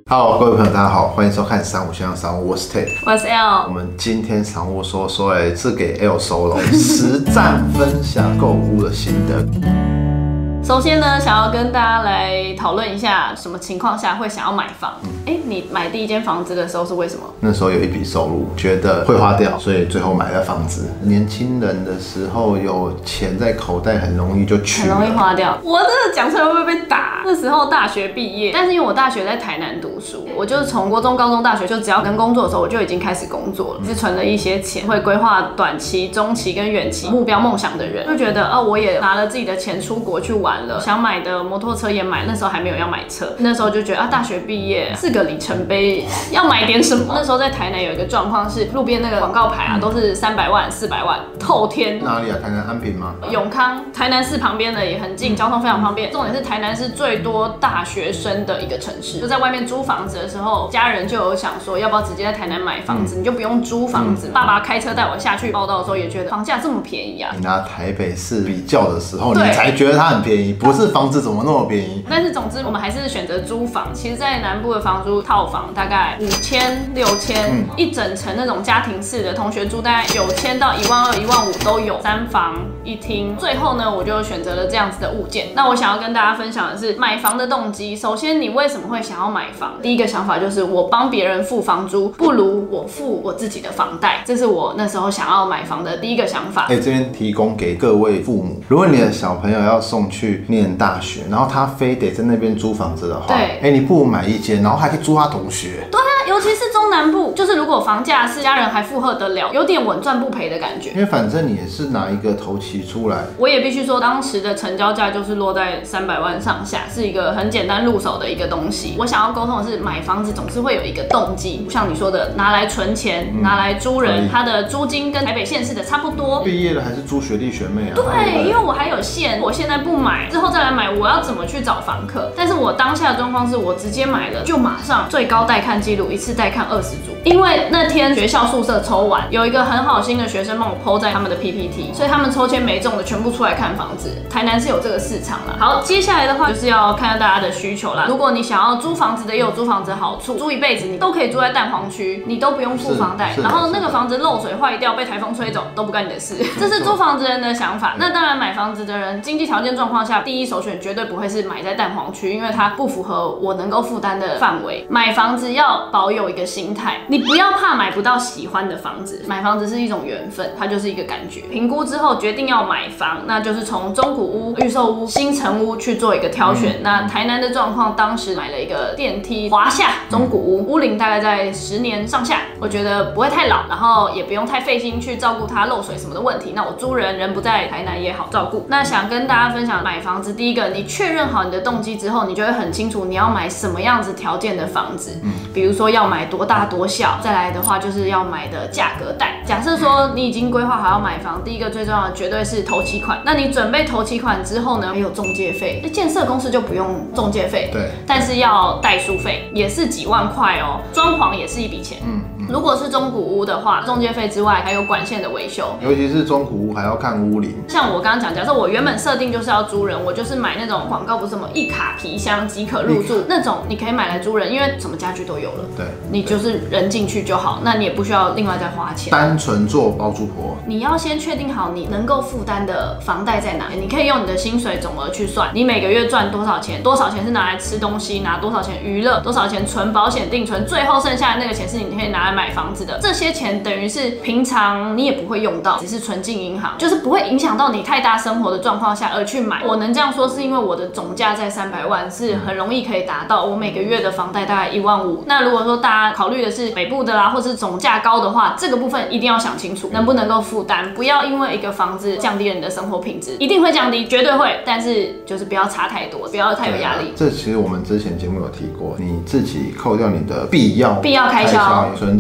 Hello，各位朋友，大家好，欢迎收看35先生商务，我是 Ted， 我是 L。 我们今天商务说是给 L 收了实战分享购物的心得。 首先呢，想要跟大家来讨论一下，什么情况下会想要买房？你买第一间房子的时候是为什么？ 那时候有一笔收入，觉得会花掉，所以最后买了房子。年轻人的时候有钱在口袋，很容易就去了， 很容易花掉。我真的讲出来会不会被打？那时候大学毕业，但是因为我大学在台南读书，我就是从国中、高中、大学，就只要跟工作的时候，我就已经开始工作了，是存了一些钱，会规划短期、中期跟远期目标梦想的人，就觉得我也拿了自己的钱出国去玩了，想买的摩托车也买，那时候还没有要买车，那时候就觉得大学毕业4个里程碑，要买点什么。那时候在台南有一个状况是，路边那个广告牌都是300万、400万，透天。 哪里啊？台南安平吗？ 永康，台南市旁边的也很近，交通非常方便。重点是台南是最多大学生的一个城市，就在外面租房子的时候，家人就有想说，要不要直接在台南买房子，你就不用租房子。爸爸开车带我下去报到的时候，也觉得房价这么便宜啊。 你拿台北市比较的时候，你才觉得它很便宜，不是房子怎么那么便宜。 但是总之，我们还是选择租房。其实，在南部的房租套房大概5000、6000，一整层那种家庭式的，同学住大概9000到12000、15000都有，3房1厅。最后呢，我就选择了这样子的物件。那我想要跟大家分享的是买房的动机。首先，你为什么会想要买房？第一个想法就是我帮别人付房租，不如我付我自己的房贷。这是我那时候想要买房的第一个想法。 这边提供给各位父母，如果你的小朋友要送去念大学，然后他非得在那边租房子的话，你不如买一间，然后还可以租他同学。 对啊，尤其是中南部，就是如果房价是家人还负荷得了，有点稳赚不赔的感觉。 因为反正你也是拿一个头期出来。 我也必须说，当时的成交价就是落在300万上下，是一个很简单入手的一个东西。我想要沟通的是，买房子总是会有一个动机，像你说的，拿来存钱，拿来租人，它的租金跟台北县市的差不多。 毕业了还是租学弟学妹啊？ 对，因为我还有限，我现在不买，之后再来买，我要怎么去找房客？但是我当下的状况是我直接买了，就马上最高带看记录，一次带看20组。因为那天学校宿舍抽完，有一个很好心的学生帮我 po 在他们的 PPT， 所以他们抽签没中的全部出来看房子。台南是有这个市场啦。好，接下来的话就是要看大家的需求啦。如果你想要租房子的，也有租房子的好处，租一辈子你都可以住在蛋黄区，你都不用付房贷，然后那个房子漏水坏掉被台风吹走都不干你的事。这是租房子人的想法。那当然买房子的人经济条件状况下，第一首选绝对不会是买在蛋黄区，因为它不符合我能够负担的范围。买房子要保有一个心态，你不要怕买不到喜欢的房子，买房子是一种缘分，它就是一个感觉。评估之后决定要买房，那就是从中古屋、预售屋、新成屋去做一个挑选。那台南的状况，当时买了一个电梯华夏中古屋，屋龄大概在10年上下，我觉得不会太老，然后也不用太费心去照顾它漏水什么的问题。那我租人不在台南也好照顾。那想跟大家分享买房子，第一个你确认好你的动机之后，你就会很清楚你要买什么样子条件的房子，比如说要买多大多小，再来的话就是要买的价格带。假设说你已经规划好要买房，第一个最重要的绝对是头期款。那你准备头期款之后呢，还有中介费，建设公司就不用中介费， 对， 但是要代书费，也是几万块哦，装潢也是一笔钱。如果是中古屋的话，中介费之外还有管线的维修， 尤其是中古屋还要看屋龄。 像我刚刚讲，假设我原本设定就是要租人，我就是买那种广告不是什么一卡皮箱即可入住那种，你可以买来租人，因为什么家具都有了， 对， 你就是人进去就好，那你也不需要另外再花钱， 单纯做包租婆。你要先确定好你能够负担的房贷在哪，你可以用你的薪水总额去算，你每个月赚多少钱，多少钱是拿来吃东西，拿多少钱娱乐，多少钱存保险定存，最后剩下的那个钱是你可以拿来买房子的。这些钱等于是平常你也不会用到，只是存进银行，就是不会影响到你太大生活的状况下而去买。我能这样说是因为我的总价在300万，是很容易可以达到，我每个月的房贷大概15000。那如果说大家考虑的是北部的啦，或是总价高的话，这个部分一定要想清楚，能不能够负担，不要因为一个房子降低了你的生活品质，一定会降低，绝对会，但是就是不要差太多，不要太有压力。 这其实我们之前节目有提过，你自己扣掉你的必要开销， 存在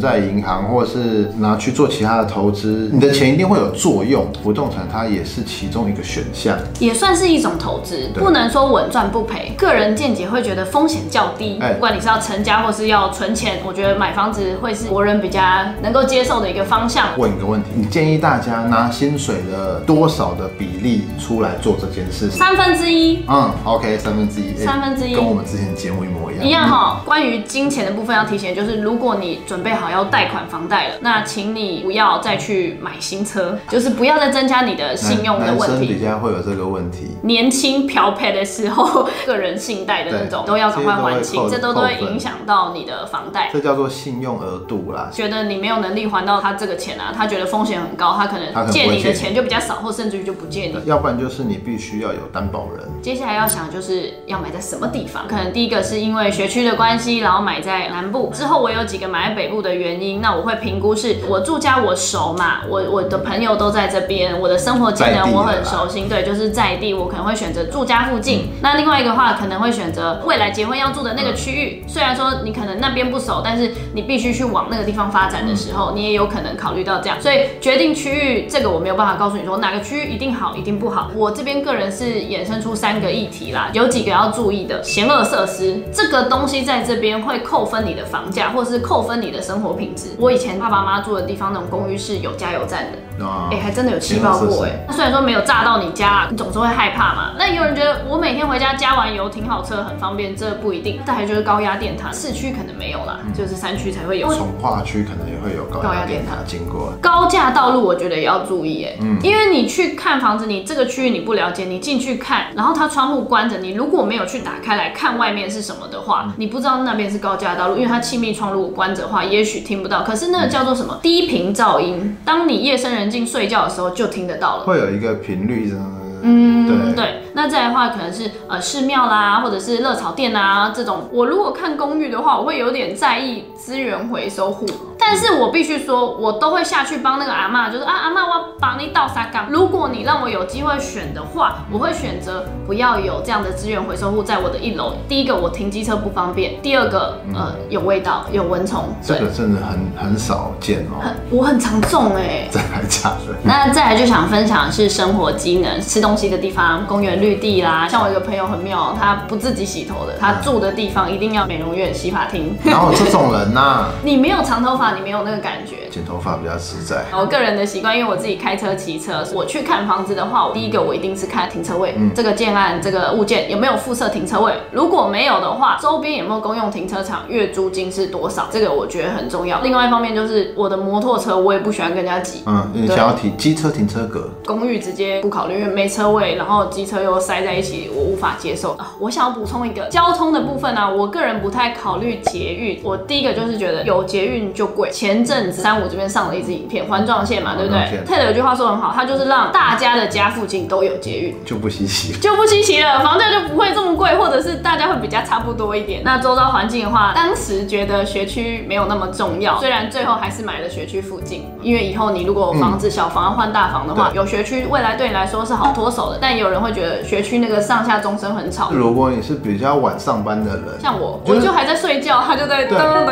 在银行，或者是拿去做其他的投资，你的钱一定会有作用。不动产它也是其中一个选项， 也算是一种投资，不能说稳赚不赔。个人见解会觉得风险较低，不管你是要成家或是要存钱，我觉得买房子会是国人比较能够接受的一个方向。 问一个问题，你建议大家拿薪水的多少的比例出来做这件事情 ？1/3。 OK，1/3， 1/3， 跟我们之前节目一模一样。 一样哈。关于金钱的部分要提醒，就是如果你准备好要贷款房贷了，那请你不要再去买新车，就是不要再增加你的信用的问题。 男生比较会有这个问题。 年轻漂配的时候，个人信贷的那种都要赶快还清，这都会影响到你的房贷。 这叫做信用额度啦。 觉得你没有能力还到他这个钱啊，他觉得风险很高，他可能借你的钱就比较少，或甚至于就不借你。 要不然就是你必须要有担保人。 接下来要想就是要买在什么地方，可能第一个是因为学区的关系，然后买在南部。之后我有几个买在北部的原因，那我会评估是我住家我熟嘛，我的朋友都在这边，我的生活技能我很熟悉，对，就是在地，我可能会选择住家附近。那另外一个话，可能会选择未来结婚要住的那个区域。虽然说你可能那边不熟，但是你必须去往那个地方发展的时候，你也有可能考虑到这样。所以决定区域这个我没有办法告诉你说哪个区域一定好，一定不好。我这边个人是衍生出3个议题啦，有几个要注意的。嫌恶设施这个东西在这边会扣分你的房价，或是扣分你的生活品质。我以前爸爸妈妈住的地方那种公寓是有加油站的，还真的有气爆过虽然说没有炸到你家，你总是会害怕嘛。那也有人觉得我每天回家加完油停好车很方便，这不一定。再来就是高压电塔，市区可能没有啦，就是山区才会有。 从化区可能也会有高压电塔经过。 高架道路我觉得也要注意因为你去看房子，你这个区域你不了解，你进去看，然后它窗户关着，你如果没有去打开来看外面是什么的话，你不知道那边是高架道路，因为它气密窗如果关着的话，也许听不到。可是那个叫做什么低频噪音，当你夜深人静睡觉的时候就听得到了， 会有一个频率对。那再来的话，可能是寺庙啦，或者是热炒店啊这种。我如果看公寓的话，我会有点在意资源回收户，但是我必须说，我都会下去帮那个阿嬷，就是阿嬷，我帮你倒沙缸。如果你让我有机会选的话，我会选择不要有这样的资源回收户在我的1楼。第一个，我停机车不方便；第二个，有味道，有蚊虫。 这个真的很少见我很常中真的假的？ 那再来就想分享的是生活机能，吃东西的地方，公园绿地啦。像我有一个朋友很妙，他不自己洗头的，他住的地方一定要美容院、洗发厅。 然后这种人你没有长头发，你没有那个感觉。 剪头发比较实在。 我个人的习惯，因为我自己开车、骑车，我去看房子的话，第一个我一定是看停车位，这个建案、这个物件有没有附设停车位。如果没有的话，周边有没有公用停车场，月租金是多少，这个我觉得很重要。另外一方面就是我的摩托车，我也不喜欢跟人家挤。 你想要机车停车格， 公寓直接不考虑，因为没车位，然后机车又塞在一起，我无法接受。我想要补充一个交通的部分啊，我个人不太考虑捷运。我第一个就是觉得有捷运就贵。前阵子35这边上了一支影片，环状线嘛，对不对？Ted有句话说很好，他就是让大家的家附近都有捷运， 就不稀奇了，房价就不会这么贵，或者是大家会比较差不多一点。那周遭环境的话，当时觉得学区没有那么重要，虽然最后还是买了学区附近，因为以后你如果房子小房要换大房的话，有学区未来对你来说是好脱手的。但有人会觉得学区那个上下钟声很吵。 如果你是比较晚上班的人， 像我就还在睡觉，他就在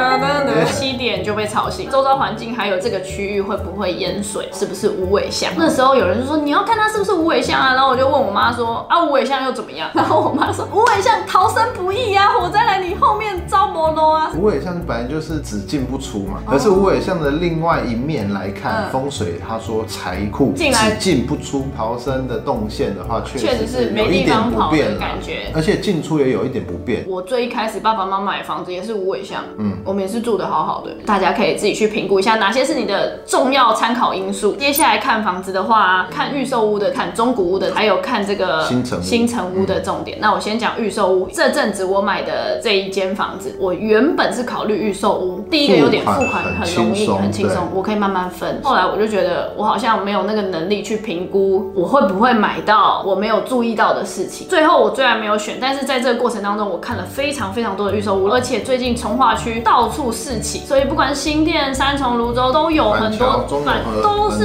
7点就被吵醒。周遭环境还有这个区域会不会淹水，是不是无尾巷？那时候有人就说你要看它是不是无尾巷啊，然后我就问我妈说无尾巷又怎么样？然后我妈说无尾巷逃生不易啊，火灾来你后面遭魔楼啊。 无尾巷本来就是只进不出嘛，可是无尾巷的另外一面来看，风水他说财库只进不出，逃生的动线的话，确实是没地方跑的感觉， 而且进出也有一点不便。 我最一开始爸爸妈妈买房子也是无尾巷，我们也是住得好好的，大家可以自己去评估一下哪些是你的重要参考因素。接下来看房子的话，看预售屋的，看中古屋的，还有看这个新城屋的重点。那我先讲预售屋，这阵子我买的这一间房子，我原本是考虑预售屋，第一个有点付款很容易，很轻松，我可以慢慢分。后来我就觉得我好像没有那个能力去评估我会不会买到我没有注意到的事情。最后我虽然没有选，但是在这个过程当中，我看了非常多的预售屋，而且最近从化区到处四起，所以不管是新店、三重、泸州都有很多，都是从化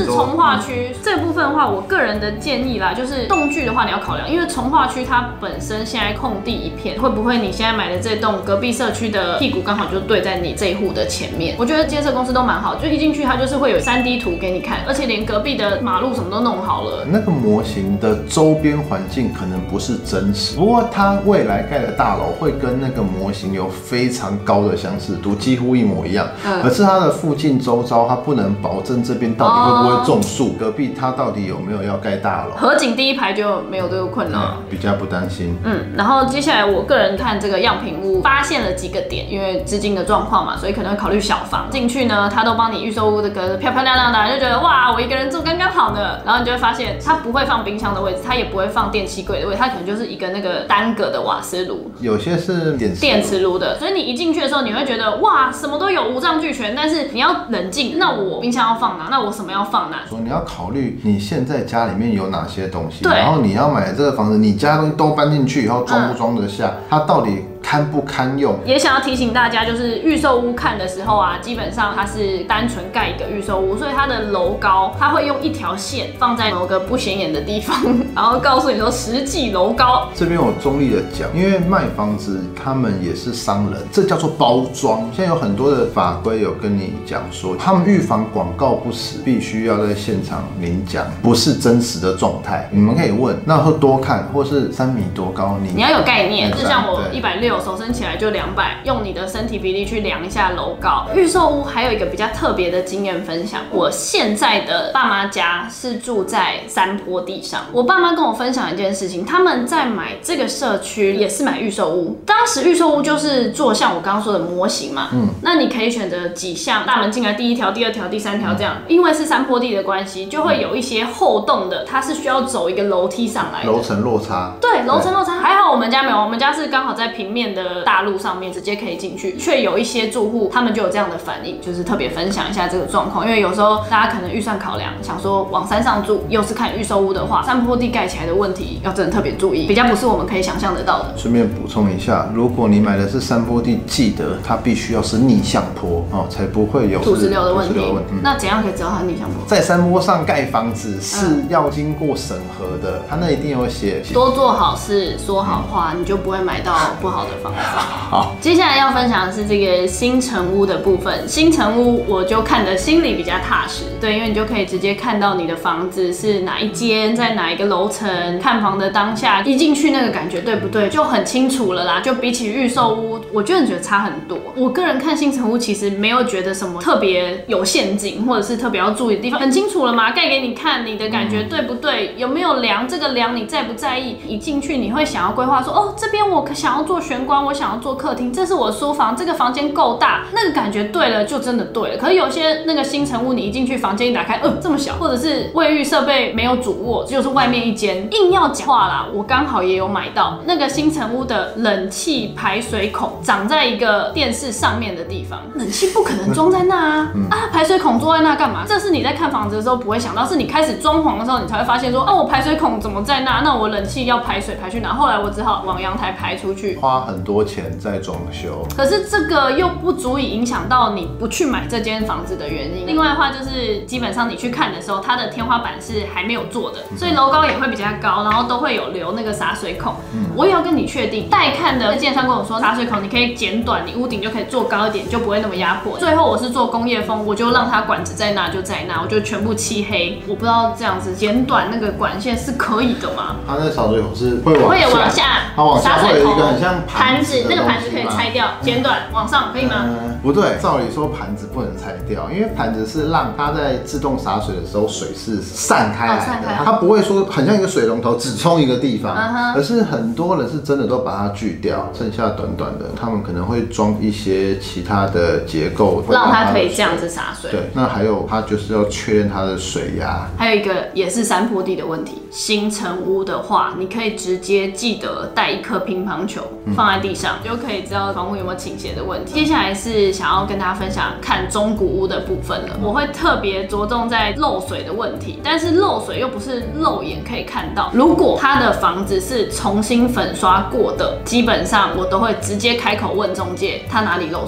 化区这部分的话，我个人的建议啦，就是动距的话你要考量，因为从化区它本身现在空地一片，会不会你现在买的这栋隔壁社区的屁股刚好就对在你这一户的前面？我觉得建设公司都蛮好，就一进去它就是会有3D 图给你看，而且连隔壁的马路什么都弄好了。 那个模型的周边环境可能不是真实，不过它未来盖的大楼会跟那个模型有非常高的相似度，几乎一模一样。可是它的附近周遭，它不能保证这边到底会不会种树，隔壁它到底有没有要盖大楼。 河景第一排就没有这个困扰， 比较不担心。 然后接下来我个人看这个样品屋，发现了几个点，因为资金的状况嘛，所以可能会考虑小房。进去呢，它都帮你预售屋这个漂漂亮亮的，就觉得哇，我一个人住刚刚好呢。然后你就会发现，它不会放冰箱的位置，它也不会放电器柜的位置，它可能就是一个那个单个的瓦斯炉， 有些是电磁炉的。所以你一进去的时候，你会觉得哇，什么都有，五脏俱全。但是你要冷静，那我冰箱要放哪？那我什么要放哪？ 说你要考虑你现在家里面有哪些东西，然后你要买这个房子，你家东西都搬进去以后，装不装得下？它到底堪不堪用？ 也想要提醒大家，就是预售屋看的时候啊，基本上它是单纯盖一个预售屋，所以它的楼高，它会用一条线放在某个不显眼的地方，然后告诉你说实际楼高。 这边我中立的讲，因为卖房子他们也是商人，这叫做包装。现在有很多的法规有跟你讲说，他们预防广告不实，必须要在现场领奖，不是真实的状态。你们可以问，那会多看，或是3米多高，你要有概念。就像我160，手伸起来就200，用你的身体比例去量一下楼高。预售屋还有一个比较特别的经验分享，我现在的爸妈家是住在山坡地上。我爸妈跟我分享一件事情，他们在买这个社区也是买预售屋，当时预售屋就是做像我刚刚说的模型嘛，那你可以选择几项，大门进来第1条、第2条、第3条这样，因为是山坡地的关系，就会有一些后洞的，它是需要走一个楼梯上来的， 楼层落差。 对，楼层落差还好，我们家没有，我们家是刚好在平面的大路上面直接可以进去，却有一些住户他们就有这样的反应，就是特别分享一下这个状况，因为有时候大家可能预算考量，想说往山上住，又是看预售屋的话，山坡地盖起来的问题要真的特别注意，比较不是我们可以想象得到的。 顺便补充一下，如果你买的是山坡地，记得它必须要是逆向坡哦，才不会有土石流的问题。那怎样可以知道它逆向坡？ 在山坡上盖房子是要经过审核的，它那一定有写。 多做好事，说好话，你就不会买到不好的房子。 好， 接下来要分享的是这个新成屋的部分。新成屋我就看得心里比较踏实，对，因为你就可以直接看到你的房子是哪一间，在哪一个楼层，看房的当下一进去那个感觉对不对，就很清楚了啦。就比起预售屋，我觉得差很多。我个人看新成屋其实没有觉得什么特别有陷阱，或者是特别要注意的地方，很清楚了嘛，盖给你看，你的感觉对不对，有没有梁，这个梁你在不在意？一进去你会想要规划说，哦，这边我想要做玄关，我想要做客厅，这是我书房，这个房间够大，那个感觉对了就真的对了。可是有些那个新成屋，你一进去房间一打开，这么小，或者是卫浴设备没有主卧，就是外面一间，硬要讲话啦，我刚好也有买到那个新成屋的冷气排水孔长在一个电视上面的地方，冷气不可能装在那排水孔装在那干嘛？这是你在看房子的时候不会想到，是你开始装潢的时候，你才会发现说，我排水孔怎么在那？那我冷气要排水排去哪？后来我只好往阳台排出去， 花很多钱在装修。 可是这个又不足以影响到你不去买这间房子的原因。另外的话就是，基本上你去看的时候，它的天花板是还没有做的，所以楼高也会比较高，然后都会有留那个洒水孔。我也要跟你确定，带看的建商跟我说，洒水孔你可以剪短，你屋顶就可以做高一点，就不会那么压迫。最后我是做工业风，我就让它管子在那就在那，我就全部漆黑。我不知道这样子剪短那个管线是可以的吗？ 它那洒水孔是会往下， 它往下会有一个很像盘子， 那个盘子可以拆掉，剪短往上可以吗？ 不对，照理说盘子不能拆掉，因为盘子是让它在自动洒水的时候水是散开来的，它不会说很像一个水龙头只冲一个地方，而是很多人是真的都把它锯掉，剩下短短的，他们可能会装一些其他的结构， 让它可以这样子洒水。 对，那还有它就是要确认它的水压。 还有一个也是山坡地的问题，新成屋的话，你可以直接记得带一颗乒乓球放在地上，就可以知道房屋有没有倾斜的问题。接下来是想要跟大家分享看中古屋的部分了，我会特别着重在漏水的问题，但是漏水又不是肉眼可以看到。如果他的房子是重新粉刷过的，基本上我都会直接开口问中介他哪里漏水。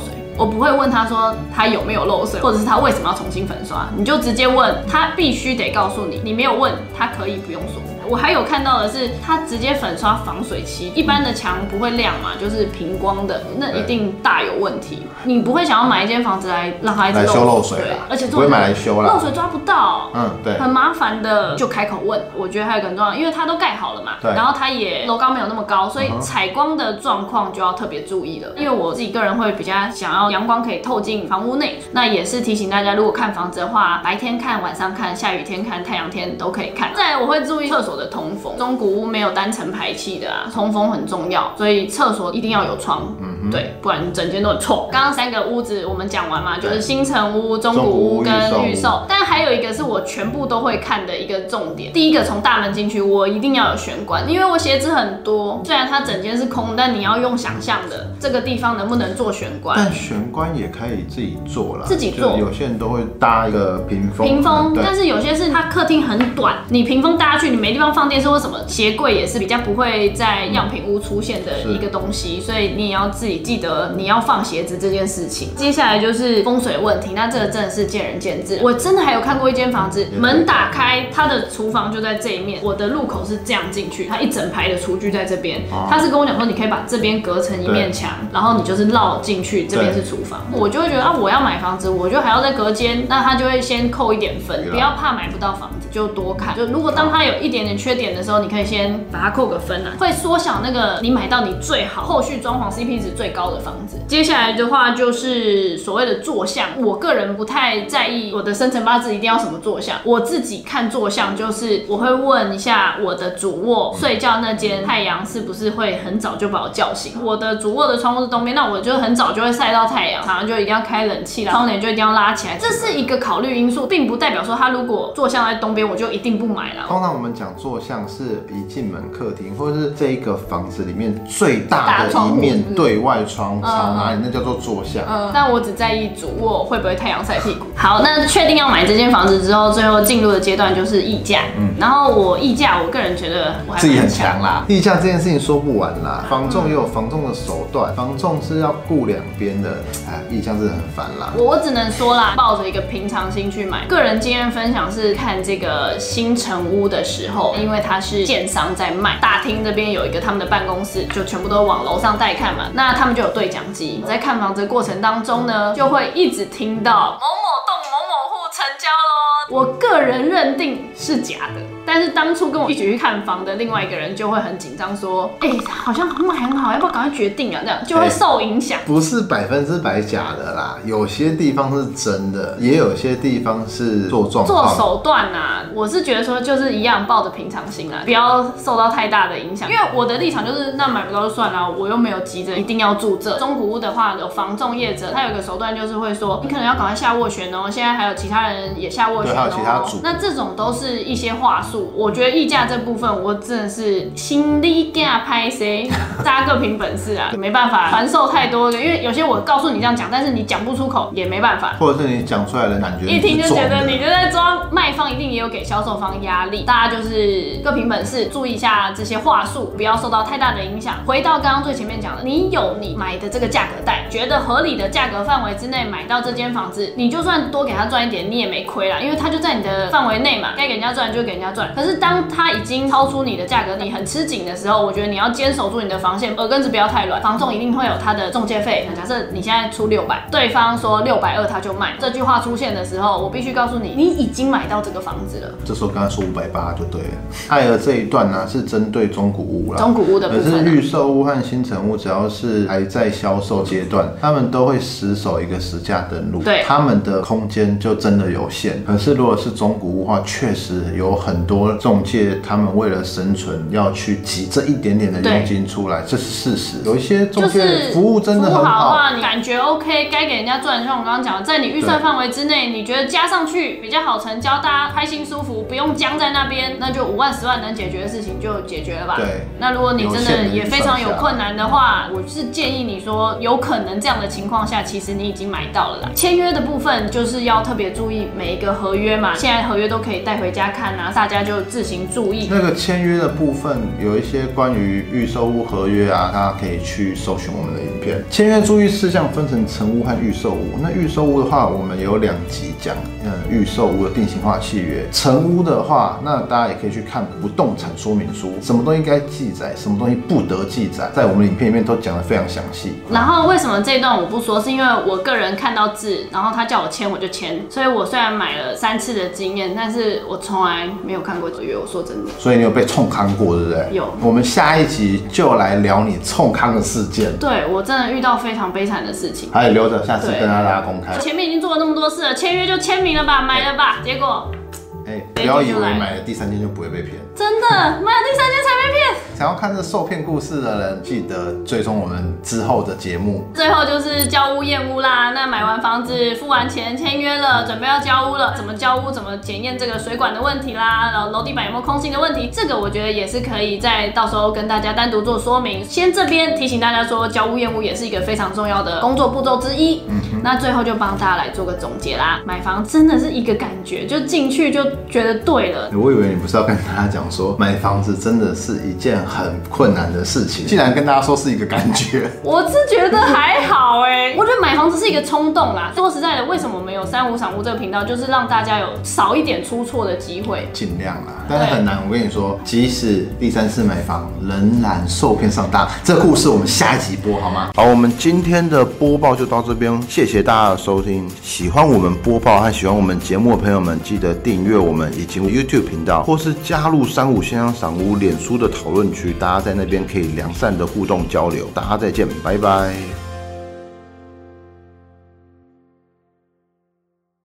我不会问他说他有没有漏水，或者是他为什么要重新粉刷，你就直接问他，必须得告诉你，你没有问他可以不用说。我还有看到的是，他直接粉刷防水漆，一般的墙不会亮嘛，就是平光的，那一定大有问题。你不会想要买一间房子来让它一直漏水， 而且不会买来修啦， 漏水抓不到， 对， 很麻烦的，就开口问。我觉得还有一个很重要，因为它都盖好了嘛，然后它也楼高没有那么高，所以采光的状况就要特别注意了。因为我自己个人会比较想要阳光可以透进房屋内，那也是提醒大家，如果看房子的话，白天看、晚上看、下雨天看、太阳天都可以看。再来我会注意厕所的通风，中古屋没有单层排气的啊，通风很重要，所以厕所一定要有窗，对，不然整间都很臭。刚刚3个屋子我们讲完嘛，就是新成屋、中古屋跟预售，但还有一个是我全部都会看的一个重点。第一个从大门进去，我一定要有玄关，因为我鞋子很多，虽然它整间是空，但你要用想象的这个地方能不能做玄关。 但玄关也可以自己做啦， 自己做。 有些人都会搭一个屏风， 但是有些是它客厅很短，你屏风搭下去，你没地方放电视或什么，鞋柜也是比较不会在样品屋出现的一个东西，所以你也要自己记得你要放鞋子这件事情。接下来就是风水问题，那这个真的是见仁见智。我真的还有看过一间房子，门打开，它的厨房就在这一面，我的入口是这样进去，它一整排的厨具在这边，他是跟我讲说你可以把这边隔成一面墙，然后你就是绕进去，这边是厨房。我就会觉得啊，我要买房子，我就还要再隔间，那他就会先扣一点分，不要怕买不到房子，就多看。就如果当它有一点点缺点的时候，你可以先把它扣个分啊，会缩小那个你买到你最好后续装潢 CP 值最高的房子。接下来的话就是所谓的坐向，我个人不太在意我的生辰八字一定要什么坐向，我自己看坐向就是我会问一下我的主卧睡觉那间太阳是不是会很早就把我叫醒。我的主卧的窗户是东边，那我就很早就会晒到太阳，常常就一定要开冷气啦，窗帘就一定要拉起来，这是一个考虑因素，并不代表说他如果坐向在东边我就一定不买了。 通常我们讲坐向是一进门客厅或者是这一个房子里面最大的一面对外窗朝哪里，那叫做坐向。 但我只在意主卧会不会太阳晒屁股。好，那确定要买这间房子之后，最后进入的阶段就是议价。然后我议价，我个人觉得我还自己很强啦。议价这件事情说不完啦，房仲也有房仲的手段，房仲是要顾两边的。议价真的很烦啦。 我只能说啦，抱着一个平常心去买。个人经验分享是看这个新成屋的时候，因为它是建商在卖，大厅这边有一个他们的办公室，就全部都往楼上带看嘛。那他们就有对讲机，在看房子的过程当中呢，就会一直听到某某栋某某户成交咯。我个人认定是假的，但是当初跟我一起去看房的另外一个人就会很紧张，说：“好像卖很好，要不要赶快决定啊？”这样就会受影响。 不是100%假的啦，有些地方是真的，也有些地方是做状况、 做手段啊。我是觉得说，就是一样抱着平常心啦，不要受到太大的影响。因为我的立场就是，那买不到就算了，我又没有急着一定要住这。中古屋的话，有房仲业者，他有个手段就是会说，你可能要赶快下斡旋哦，现在还有其他人也下斡旋哦。 还有其他组。 那这种都是一些话术。我觉得议价这部分，我真的是心里怕拍谁，大家各凭本事啊，没办法传授太多的，因为有些我告诉你这样讲，但是你讲不出口也没办法， 或者是你讲出来的感觉一听就觉得你就在装。卖方一定也有给销售方压力，大家就是各凭本事，注意一下这些话术，不要受到太大的影响。回到刚刚最前面讲的，你有你买的这个价格带，觉得合理的价格范围之内买到这间房子，你就算多给他赚一点，你也没亏啦，因为他就在你的范围内嘛，该给人家赚就给人家赚。可是当他已经超出你的价格，你很吃紧的时候，我觉得你要坚守住你的防线，耳根子不要太软。房仲一定会有他的中介费，假设你现在出600，对方说620他就卖，这句话出现的时候，我必须告诉你，你已经买到这个房子了。 这时候刚才说580就对了。爱尔这一段呢是针对中古屋啦， 中古屋的部分， 可是预售屋和新成屋只要是还在销售阶段，他们都会实守一个实价登录， 对， 他们的空间就真的有限。可是如果是中古屋的话，确实有很多中介，他们为了生存要去挤这一点点的佣金出来，这是事实。有一些中介服务真的很好， 服务好的话，你感觉 OK， 该给人家赚，像我刚刚讲的，在你预算范围之内，你觉得加上去比较好成交，大家开心舒服，不用僵在那边，那就5万10万能解决的事情就解决了吧。 对。 那如果你真的也非常有困难的话，我是建议你说，有可能这样的情况下，其实你已经买到了啦。签约的部分就是要特别注意每一个合约约嘛，现在合约都可以带回家看啊，大家就自行注意。 那个签约的部分有一些关于预售屋合约啊，大家可以去搜寻我们的影片。签约注意事项分成成屋和预售屋。那预售屋的话，我们有2集讲，预售屋的定型化契约。成屋的话，那大家也可以去看不动产说明书，什么东西该记载，什么东西不得记载，在我们影片里面都讲得非常详细。 然后为什么这一段我不说，是因为我个人看到字，然后他叫我签我就签，所以我虽然买了3次的经验，但是我从来没有看过合约。我说真的， 所以你有被冲康过，对不对？ 有。 我们下一集就来聊你冲康的事件。 对，我真的遇到非常悲惨的事情， 还有留着下次跟大家公开。 我前面已经做了那么多事了，签约就签名了吧，买了吧，结果。 不要以为买了第3间就不会被骗， 真的买了第3间才被骗。 想要看这受骗故事的人，记得追踪我们之后的节目。 最后就是交屋验屋啦，那买完房子付完钱签约了，准备要交屋了，怎么交屋，怎么检验这个水管的问题啦，然后楼地板有没有空心的问题，这个我觉得也是可以在到时候跟大家单独做说明。先这边提醒大家说，交屋验屋也是一个非常重要的工作步骤之一。那最后就帮大家来做个总结啦。买房真的是一个感觉，就进去就觉得对了。 我以为你不是要跟大家讲说，买房子真的是一件很困难的事情，竟然跟大家说是一个感觉。 我是觉得还好我觉得买房子是一个冲动啦。说实在的，为什么我们有35赏屋这个频道，就是让大家有少一点出错的机会， 尽量啦，但是很难。我跟你说，即使第3次买房，仍然受骗上当。这故事我们下一集播好吗？好，我们今天的播报就到这边，谢谢大家的收听。喜欢我们播报和喜欢我们节目的朋友们，记得订阅我们以及 YouTube 频道，或是加入35先生赏屋脸书的讨论区，大家在那边可以良善的互动交流。大家再见，拜拜。